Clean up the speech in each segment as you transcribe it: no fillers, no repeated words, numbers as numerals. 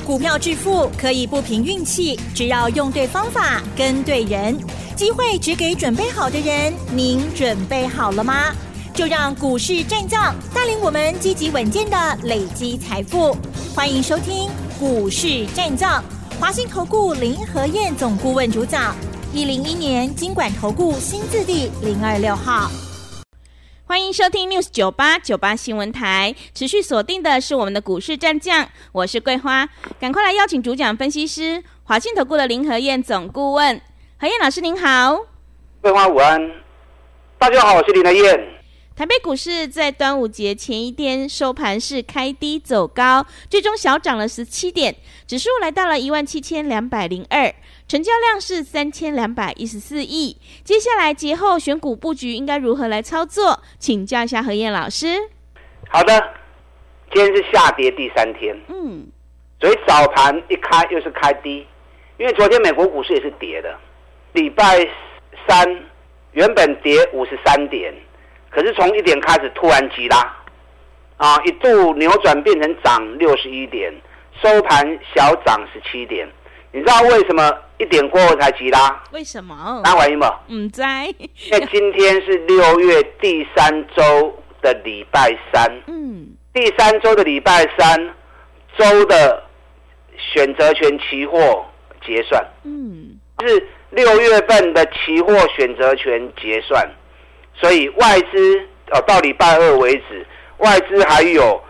股票致富可以不凭运气，只要用对方法跟对人，机会只给准备好的人。您准备好了吗？就让股市战将带领我们积极稳健的累积财富。欢迎收听股市战将，华信投顾林和彥总顾问主讲，101年金管投顾新字第026号。 欢迎收听 News98 新闻台，持续锁定的是我们的股市战将，我是桂花，赶快来邀请主讲分析师华信投顾的林和彥总顾问。和彥老师您好。 桂花午安，大家好，我是林和彥。 台北股市在端午节前一天收盘是开低走高，最终小涨了17点，指数来到了17202，成交量是3214亿。接下来节后选股布局应该如何来操作？请教一下和彥老师。 好的，今天是下跌第3天，所以早盘一开又是开低，因为昨天美国股市也是跌的，礼拜三原本跌53点。可是从1点开始突然急拉，一度扭转变成涨61点，收盘小涨17点。你知道为什么1点过后才急拉？ 为什么？ 那原因吗？ 不知道。 因为今天是6月第3周的礼拜三，第3周的礼拜三周的选择权期货结算，是6月份的期货选择权结算。所以外资到礼拜二为止，外资还有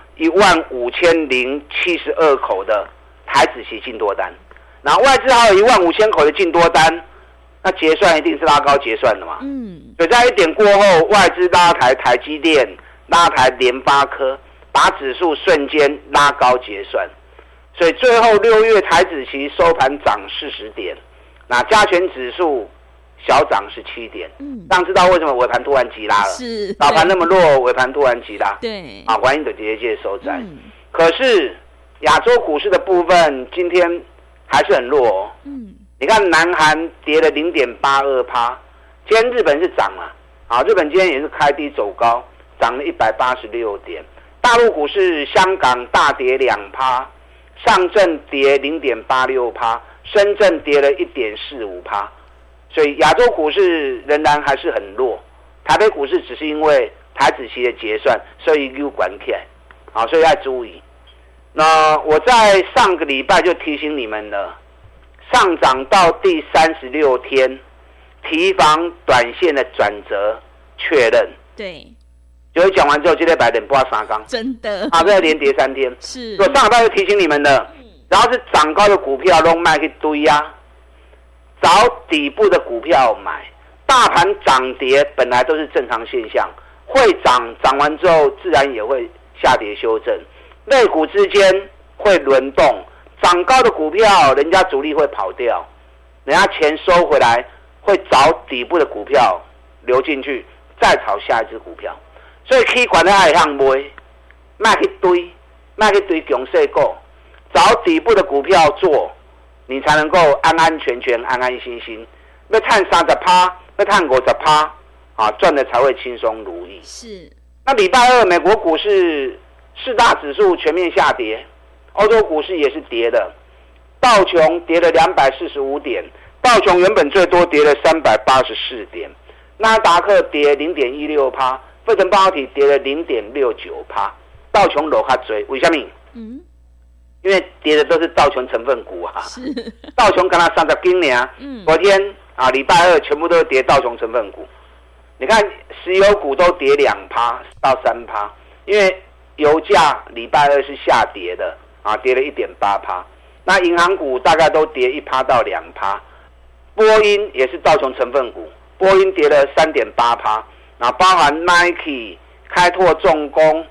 15072口的台指期进多单，然后外资还有15000口的进多单，那结算一定是拉高结算的嘛。所以在1点过后，外资拉抬台积电，拉抬联发科，把指数瞬间拉高结算。所以最后6月台指期收盘涨40点，那加权指数小涨17点，当然知道为什么尾盘突然急拉了。 是早盘那么弱，尾盘突然急拉， 对原因的节节收窄。可是亚洲股市的部分今天还是很弱哦。你看南韩跌了0.82%，今天日本是涨了，日本今天也是开低走高，涨了186点。大陆股市香港大跌2%，上证跌0.86%，深圳跌了1.45%。所以亚洲股市仍然还是很弱，台北股市只是因为台指期的结算，所以又管起来，所以要注意。那我在上个礼拜就提醒你们了，上涨到第36天，提防短线的转折确认。 对， 就讲完之后，今天白点不知道3缸， 真的这连跌3天。 是， 我上礼拜就提醒你们的，然后是涨高的股票都卖去堆啊。找底部的股票买，大盘涨跌本来都是正常现象，会涨完之后自然也会下跌修正，类股之间会轮动，涨高的股票人家主力会跑掉，人家钱收回来会找底部的股票流进去，再炒下一只股票，所以可以管得爱向买，卖去堆强势股，找底部的股票做，你才能够安安全全、安安心心，要赚30%，要赚50%，赚的才会轻松如意。 是。 那礼拜二美国股市4大指数全面下跌，欧洲股市也是跌的，道琼跌了245点，道琼原本最多跌了384点，纳斯达克跌0.16%，费城半导体跌了0.69%，道琼落较多，为什么？因为跌的都是道琼成分股啊，道琼刚才30斤呢，昨天礼拜二全部都是跌道琼成分股。你看石油股都跌2%到3%，因为油价礼拜二是下跌的跌了1.8%。那银行股大概都跌1%到2%，波音也是道琼成分股，波音跌了3.8%，那包含 Nike、开拓重工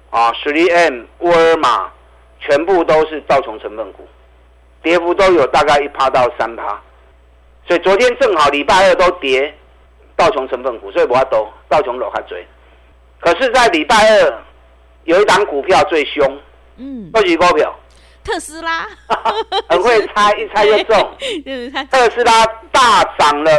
3M、沃尔玛。全部都是道琼成分股，跌幅都有大概1%到3%，所以昨天正好礼拜二都跌道琼成分股，所以我要道琼落较多。可是，在礼拜二有一档股票最凶，多几股票？ 特斯拉， 很会猜，一猜就中。特斯拉大涨了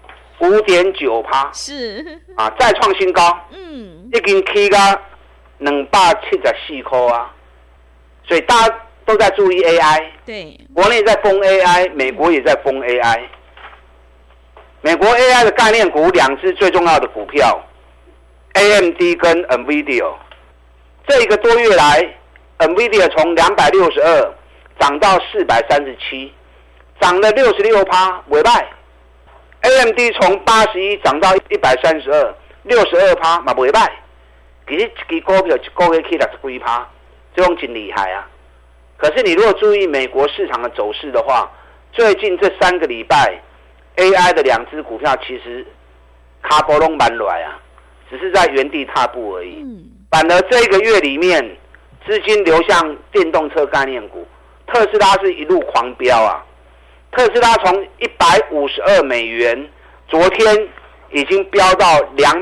5.9%， 是再创新高，已经起到274块啊。所以大家都在注意 AI， 对， 国内在封 AI， 美国也在封 AI。美国 AI 的概念股两只最重要的股票 ，AMD 跟 NVIDIA， 这一个多月来 ，NVIDIA 从262涨到437，涨了66%，尾败。AMD 从81涨到132，62%嘛尾败。其实一支股票一个月起60几%，这种真厉害啊！可是你如果注意美国市场的走势的话，最近这3个礼拜 ，AI 的2只股票其实卡波拢蛮软啊，只是在原地踏步而已。反而这个月里面，资金流向电动车概念股，特斯拉是一路狂飙啊！特斯拉从152美元，昨天已经飙到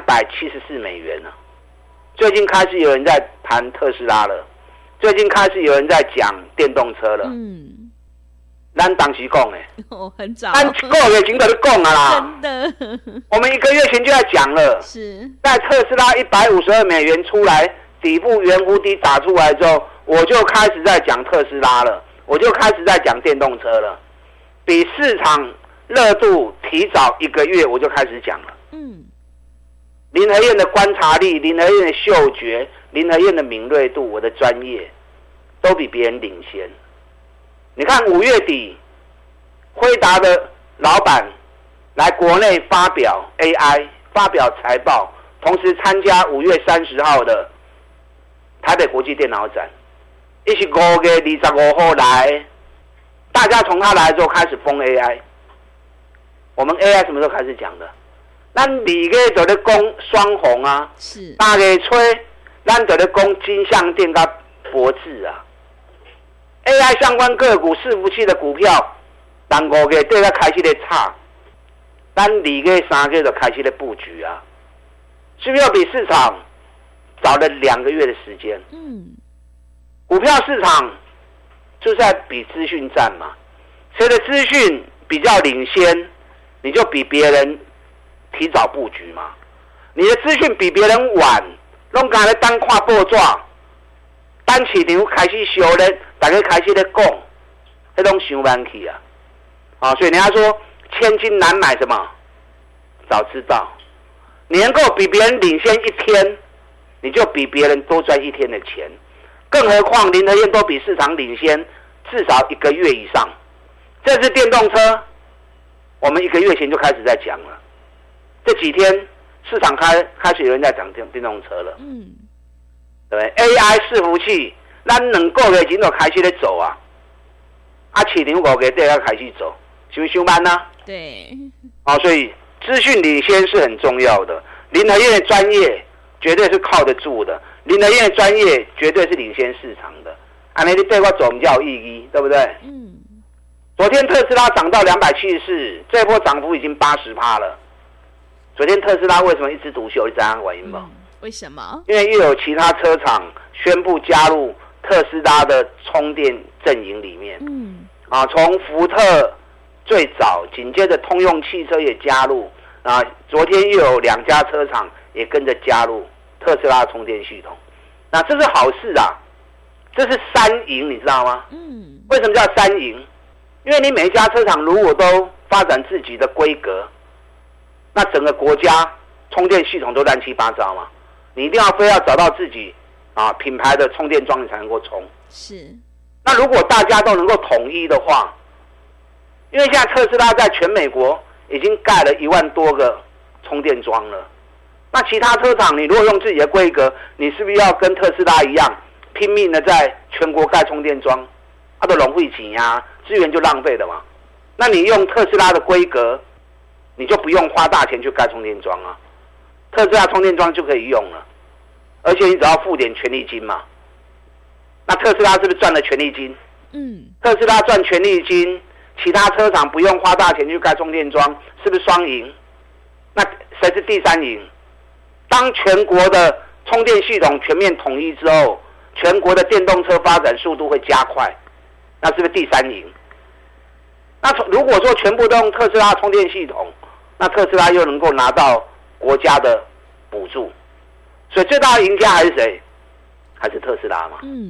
274美元了。最近开始有人在谈特斯拉了，最近开始有人在讲电动车了。咱当时讲很早， 咱1个月前就在讲啦， 真的， 我们1个月前就在讲了。 是在特斯拉152美元出来，底部圆弧底打出来之后，我就开始在讲特斯拉了，我就开始在讲电动车了，比市场热度提早1个月我就开始讲了。林和彥的观察力，林和彥的嗅觉，林和彥的敏锐度，我的专业都比别人领先。你看5月底，辉达的老板来国内发表 AI， 发表财报，同时参加5月30号的台北国际电脑展，一起5月25号来，大家从他来之后开始封 AI。我们 AI 什么时候开始讲的？咱2月就在讲双红啊， 是 3月初咱就在讲金像电跟博智啊。AI 相关个股、伺服器的股票，咱5月底才开始在炒，咱2月、3月就开始在布局啊，是不是要比市场早了2个月的时间？股票市场就是在比资讯战嘛，谁的资讯比较领先，你就比别人提早布局嘛。你的资讯比别人晚，拢刚才单看报纸，单市场开始烧咧，大家开始在讲，那种想慢去啊！所以人家说千金难买什么？早知道，你能够比别人领先1天，你就比别人多赚1天的钱。更何况林和彥都比市场领先至少1个月以上。这是电动车，我们1个月前就开始在讲了。这几天市场开始有人在讲电动车了。对不对 ？AI 伺服器，咱2个月前就开始在走啊，市场5月底要开始走，是不是太慢呢？ 对。 所以资讯领先是很重要的。林和彥的专业绝对是靠得住的，林和彥的专业绝对是领先市场的。你对我走比较有意义，对不对？昨天特斯拉涨到274，这波涨幅已经80%了。昨天特斯拉为什么一枝独秀？你知道原因吗？ 为什么？ 因为又有其他车厂宣布加入特斯拉的充电阵营里面。从福特最早，紧接着通用汽车也加入。昨天又有2家车厂也跟着加入特斯拉充电系统。那这是好事啊，这是3赢，你知道吗？为什么叫3赢？因为你每一家车厂如果都发展自己的规格，那整个国家充电系统都乱七八糟嘛。你一定要非要找到自己品牌的充电桩，你才能够充。 是。 那如果大家都能够统一的话，因为现在特斯拉在全美国已经盖了1万多个充电桩了。那其他车厂，你如果用自己的规格，你是不是要跟特斯拉一样，拼命的在全国盖充电桩？都浪费钱啊，资源就浪费了嘛。那你用特斯拉的规格，你就不用花大钱去盖充电桩啊。特斯拉充电桩就可以用了，而且你只要付点权利金嘛。那特斯拉是不是赚了权利金？特斯拉赚权利金，其他车厂不用花大钱去盖充电桩，是不是双赢？那谁是第3赢？当全国的充电系统全面统一之后，全国的电动车发展速度会加快，那是不是第3赢？那如果说全部都用特斯拉充电系统，那特斯拉又能够拿到国家的补助，所以最大的赢家还是谁？还是特斯拉嘛。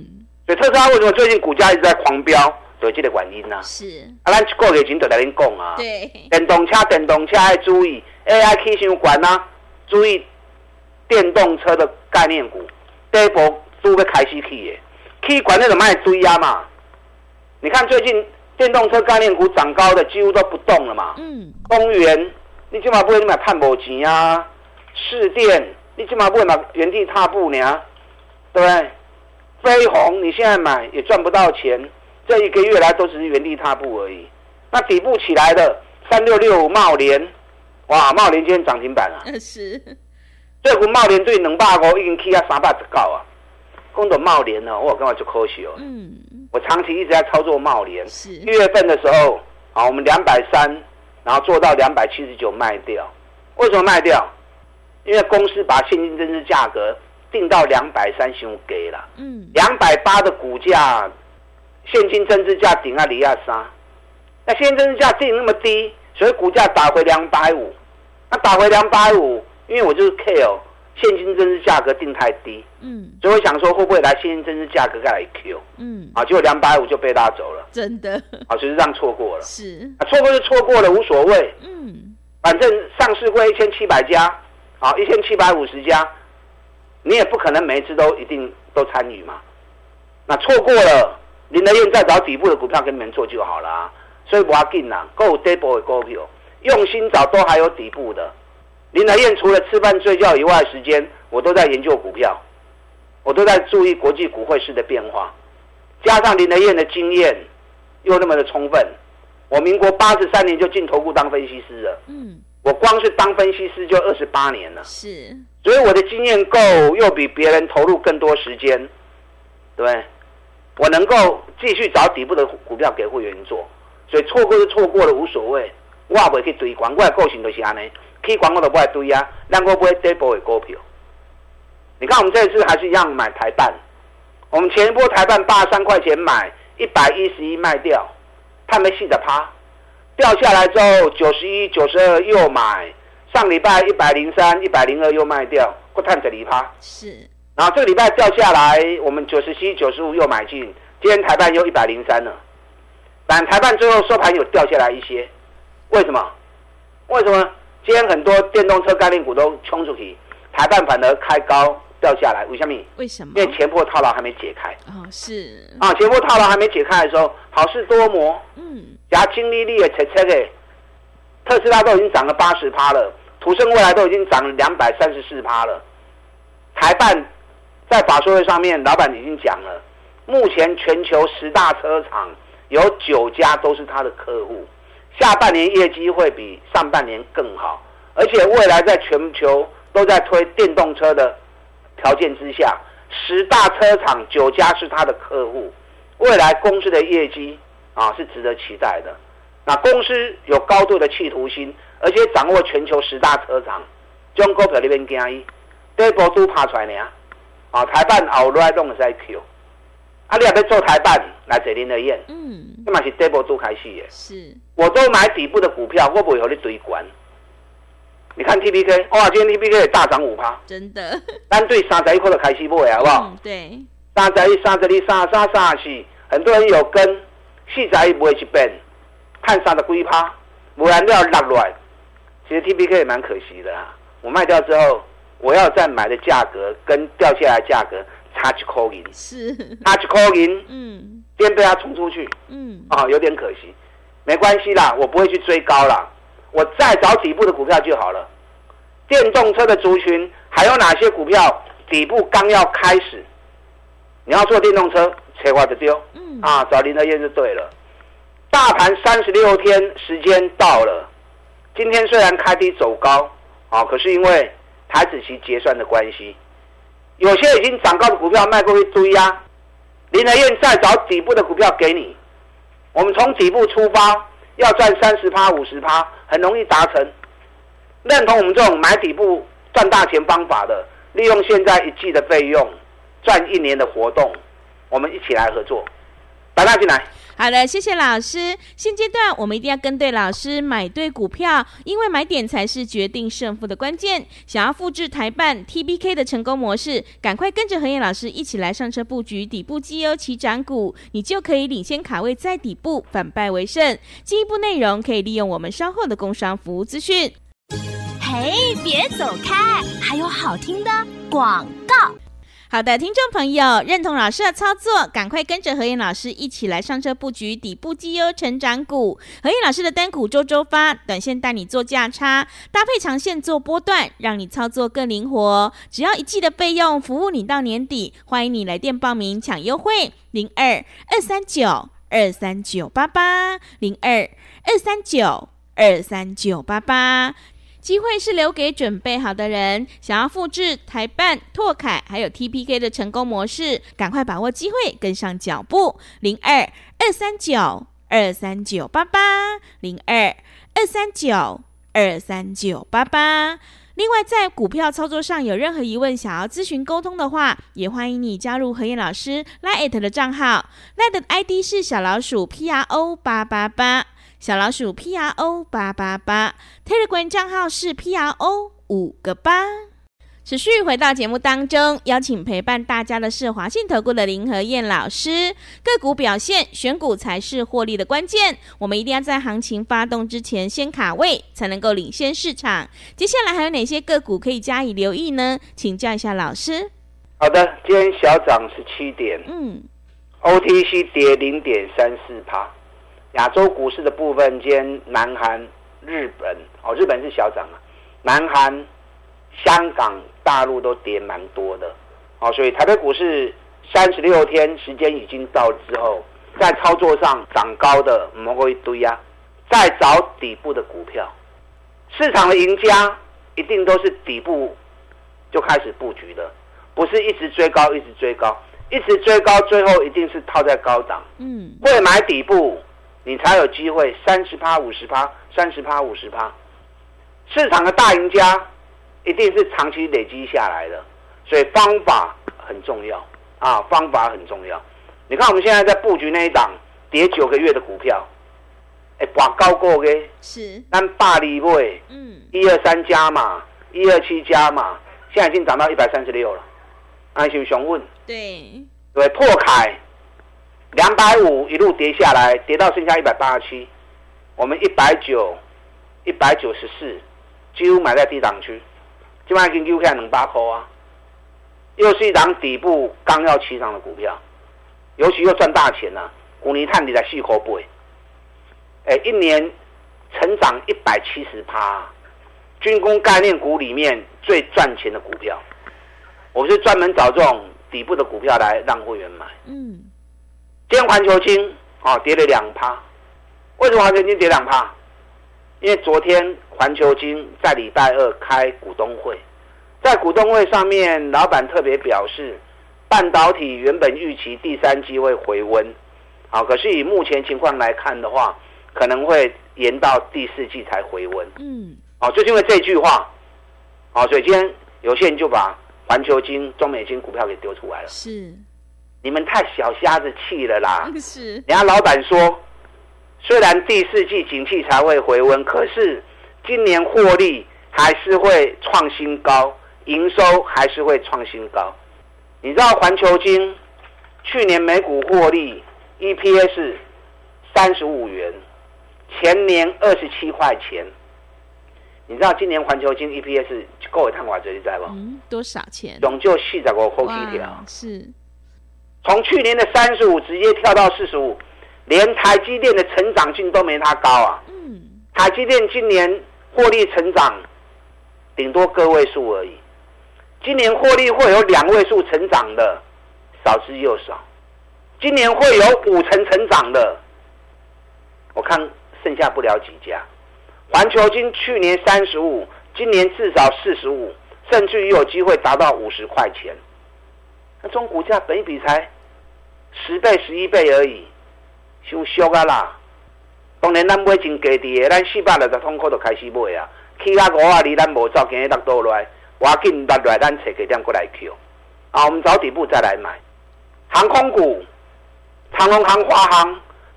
所以特斯拉为什么最近股价一直在狂飙，就是这个原因啊。 是啊，咱一个月前就跟您讲啊， 对， 电动车要注意 AI 起伤悬啊，注意电动车的概念股，第一波都要开始起的，起悬那就卖追啊嘛。你看最近电动车概念股涨高的几乎都不动了嘛。公园你起码不会买探无钱啊，市电你起码不会买原地踏步呢，对不对？飞鸿你现在买也赚不到钱，这一个月来都只是原地踏步而已。那底部起来的3665茂联，哇，茂联今天涨停板啊！ 是， 这股茂联对250已经起啊319啊。讲到茂联呢，我感觉就可惜哦。我长期一直在操作茂联，1月份的时候啊，我们230，然后做到279卖掉。为什么卖掉？因为公司把现金增资价格定到230伤低了。280的股价，现金增资价顶啊230，那现金增资价定那么低，所以股价打回250。那打回250，因为我就是 care 现金增资价格定太低，所以我想说会不会来现金增资价格再来 Q，结果250就被拉走了， 真的， 就是让错过了， 是， 错过就错过了，无所谓，反正上市会1700家，1750家，你也不可能每一次都一定都参与嘛，那错过了，林德燕再找底部的股票跟你们做就好了，所以不要紧啦，够有底部的股票，用心找都还有底部的。林德燕除了吃饭睡觉以外的时间，我都在研究股票，我都在注意国际股汇市的变化，加上林德燕的经验又那么的充分，我民国83年就进投顾当分析师了，我光是当分析师就28年了， 是， 所以我的经验够，又比别人投入更多时间，对不对？我能够继续找底部的股票给会员做，所以错过就错过了，无所谓，我也不会去追高，我的个性就是这样，起高我都不会追啊，咱我不会底部的股票。你看我们这一次还是一样买台办，我们前一波台办83块钱买，111卖掉，赚了40%，掉下来之后91、92又买，上礼拜103、102又卖掉，又赚12%。 是。 然后这个礼拜掉下来，我们97、95又买进，今天台办又103了，但台办最后收盘有掉下来一些，为什么？为什么？今天很多电动车概念股都冲出去，台办反而开高掉下来，为什么？ 为什么？ 因为前波套牢还没解开。 是啊，前波套牢还没解开的时候，好事多磨，加清利率的切的，特斯拉都已经涨了80%了，途胜未来都已经涨了234%了。台办在法说会上面，老板已经讲了，目前全球10大车厂有9家都是他的客户。下半年业绩会比上半年更好，而且未来在全球都在推电动车的条件之下，10大车厂9家是他的客户，未来公司的业绩是值得期待的。那公司有高度的企图心，而且掌握全球10大车厂，这种股票里面惊伊，第一波都拍出来呢，台办后来拢会使 Q。你也要做台办来坐林德燕，这嘛是第一波都开始的。 是， 我都买底部的股票，我不会和你追关。你看 TPK， 哇，今天 TPK 也大涨5%， 真的。 咱对31块就开始买，好不好？ 对。 31、32、33、34，很多人有跟，41买一遍，看30几%，不然都要落来。其实 TPK 也蛮可惜的啦。我卖掉之后，我要再买的价格跟掉下来的价格。差1块银， 是差1块银，今天被他冲出去，有点可惜，没关系啦，我不会去追高啦，我再找底部的股票就好了。电动车的族群还有哪些股票底部刚要开始？你要做电动车，切花就丢，找林德燕就对了。大盘36天时间到了，今天虽然开低走高，可是因为台指期结算的关系。有些已经涨高的股票卖过一堆啊，林德燕再找底部的股票给你，我们从底部出发，要赚30%、50%，很容易达成。认同我们这种买底部赚大钱方法的，利用现在1季的费用赚1年的活动，我们一起来合作。打进来。 好的，谢谢老师。现阶段我们一定要跟对老师，买对股票，因为买点才是决定胜负的关键。想要复制台办 TBK 的成功模式，赶快跟着和彦老师一起来上车布局底部绩优起涨股，你就可以领先卡位在底部，反败为胜。进一步内容可以利用我们稍后的工商服务资讯。 嘿，别走开，还有好听的广告。 好的，听众朋友，认同老师的操作，赶快跟着和彦老师一起来上车布局底部绩优成长股。和彦老师的单股周周发，短线带你做价差，搭配长线做波段，让你操作更灵活。只要1季的费用，服务你到年底。欢迎你来电报名抢优惠，02-239-23988，02-239-23988。机会是留给准备好的人，想要复制台办、拓凯还有 TPK 的成功模式，赶快把握机会，跟上脚步。02-239-23988，02-239-23988。另外，在股票操作上有任何疑问，想要咨询沟通的话，也欢迎你加入和彦老师 LINE@ 的账号 ，LINE 的 ID 是小老鼠 PRO888。小老鼠 PRO888， Telegram 账号是 PRO5个8。持续回到节目当中，邀请陪伴大家的是华信投顾的林和彦老师。个股表现，选股才是获利的关键。我们一定要在行情发动之前先卡位，才能够领先市场。接下来还有哪些个股可以加以留意呢？请教一下老师。 好的，今天小涨17点，OTC 跌0.34%。亚洲股市的部分，今天南韩、日本，日本是小涨啊，南韩、香港、大陆都跌蛮多的，所以台北股市36天时间已经到之后，在操作上涨高的蘑菇一堆啊，再找底部的股票，市场的赢家一定都是底部就开始布局的，不是一直追高，一直追高，一直追高，最后一定是套在高档，会买底部。你才有机会30%、50%、30%、50%。市场的大赢家一定是长期累积下来的，所以方法很重要啊，方法很重要。你看我们现在在布局那一档跌9个月的股票，挂高过的是， 咱大利位，123加码，127加码，现在已经涨到136了，安心雄问，对，破凯。250一路跌下来，跌到剩下187，我们190、194，几乎买在低档区，现在已经丢下200块啊，又是一档底部刚要起涨的股票，尤其又赚大钱啊，去年赚24块8，一年成长170%，军工概念股里面最赚钱的股票，我是专门找这种底部的股票来让会员买，今天环球金跌了2%，为什么环球金跌2%？因为昨天环球金在礼拜2开股东会，在股东会上面，老板特别表示，半导体原本预期第3季会回温，可是以目前情况来看的话，可能会延到第4季才回温。就是因为这句话，所以今天有些人就把环球金、中美金股票给丢出来了。是。你们太小瞎子气了啦！是，人家老板说，虽然第4季景气才会回温，可是今年获利还是会创新高，营收还是会创新高。你知道环球金去年每股获利 EPS 35元，前年27块钱。你知道今年环球金 EPS 够一趟多少？你知道不？ 多少钱？ 总就45块起跳。 是。 从去年的35直接跳到45，连台积电的成长性都没它高啊。台积电今年获利成长顶多个位数而已，今年获利会有2位数成长的少之又少，今年会有5成成长的，我看剩下不了几家。环球金去年35，今年至少45，甚至于有机会达到50块钱。那中股价本益比才10倍、11倍而已，太俗啊啦！当然咱买真低的，咱460通块就开始买啊。起啊5啊2，咱无走，今日落倒来，我紧落来，咱找个点过来 Q。我们找底部再来买。航空股，长荣航、华航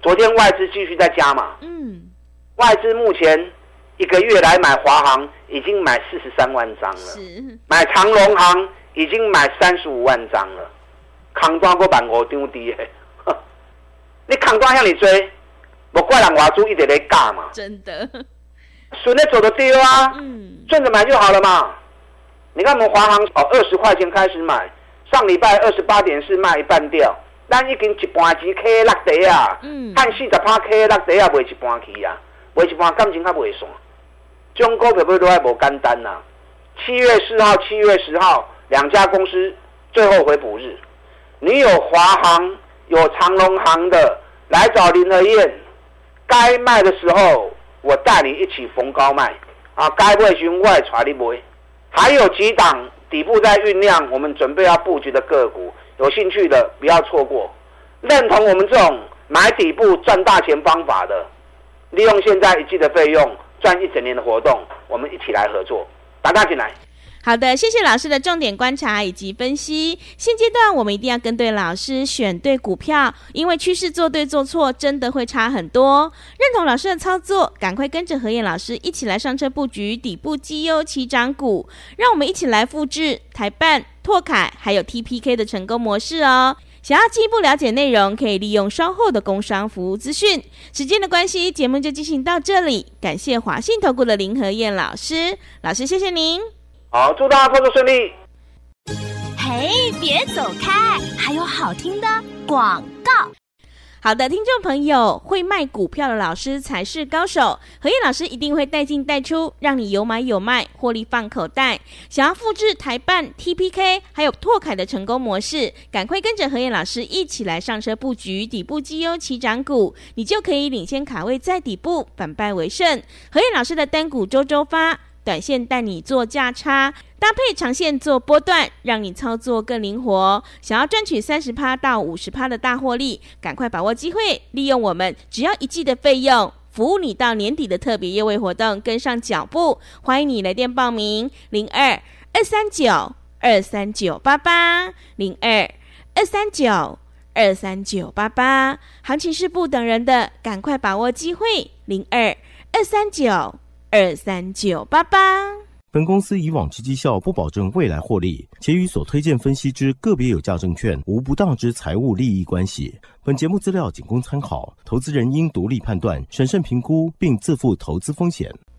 昨天外资继续在加码，外资目前一个月来买华航已经买43万张了，买长荣航已经买35万张了，空单还15张低的，你空单向你追，不怪人外资一直在嘎嘛， 真的， 顺着走的丢啊，顺着买就好了嘛。你看我们华航20块钱开始买，上礼拜28.4卖一半掉，咱已经一半钱开落地啊，看40%开落地啊，卖一半去啊，卖一半感情还袂散。这种股票都还无简单呐。7月4号、7月10号两家公司最后回补日，你有华航、有长荣航的来找林和燕，该卖的时候我带你一起逢高卖啊，该卖时我也带你买。还有几档底部在酝酿，我们准备要布局的个股，有兴趣的不要错过。认同我们这种买底部赚大钱方法的，利用现在一季的费用赚1整年的活动，我们一起来合作，打进来。 好的，谢谢老师的重点观察以及分析。现阶段我们一定要跟对老师，选对股票，因为趋势做对做错真的会差很多。认同老师的操作，赶快跟着和晏老师一起来上车布局底部绩优起涨股，让我们一起来复制台办、拓凯还有 TPK 的成功模式哦。想要进一步了解内容，可以利用稍后的工商服务资讯。时间的关系，节目就进行到这里。感谢华信投顾的林和晏老师，老师谢谢您。 好，祝大家操作顺利。 嘿，别走开，还有好听的广告。 好的，听众朋友，会卖股票的老师才是高手。和晏老师一定会带进带出，让你有买有卖，获利放口袋。想要复制台办、TPK 还有拓凯的成功模式，赶快跟着和晏老师一起来上车布局底部绩优起涨股，你就可以领先卡位在底部，反败为胜。和晏老师的单股周周发，短线带你做价差，搭配长线做波段，让你操作更灵活。想要赚取30%到50%的大获利，赶快把握机会，利用我们只要1季的费用，服务你到年底的特别优惠活动，跟上脚步。欢迎你来电报名02-239-23988 02-239-23988。行情是不等人的，赶快把握机会02-239-23988。 本公司以往之绩效不保证未来获利，且与所推荐分析之个别有价证券无不当之财务利益关系。本节目资料仅供参考，投资人应独立判断、审慎评估，并自负投资风险。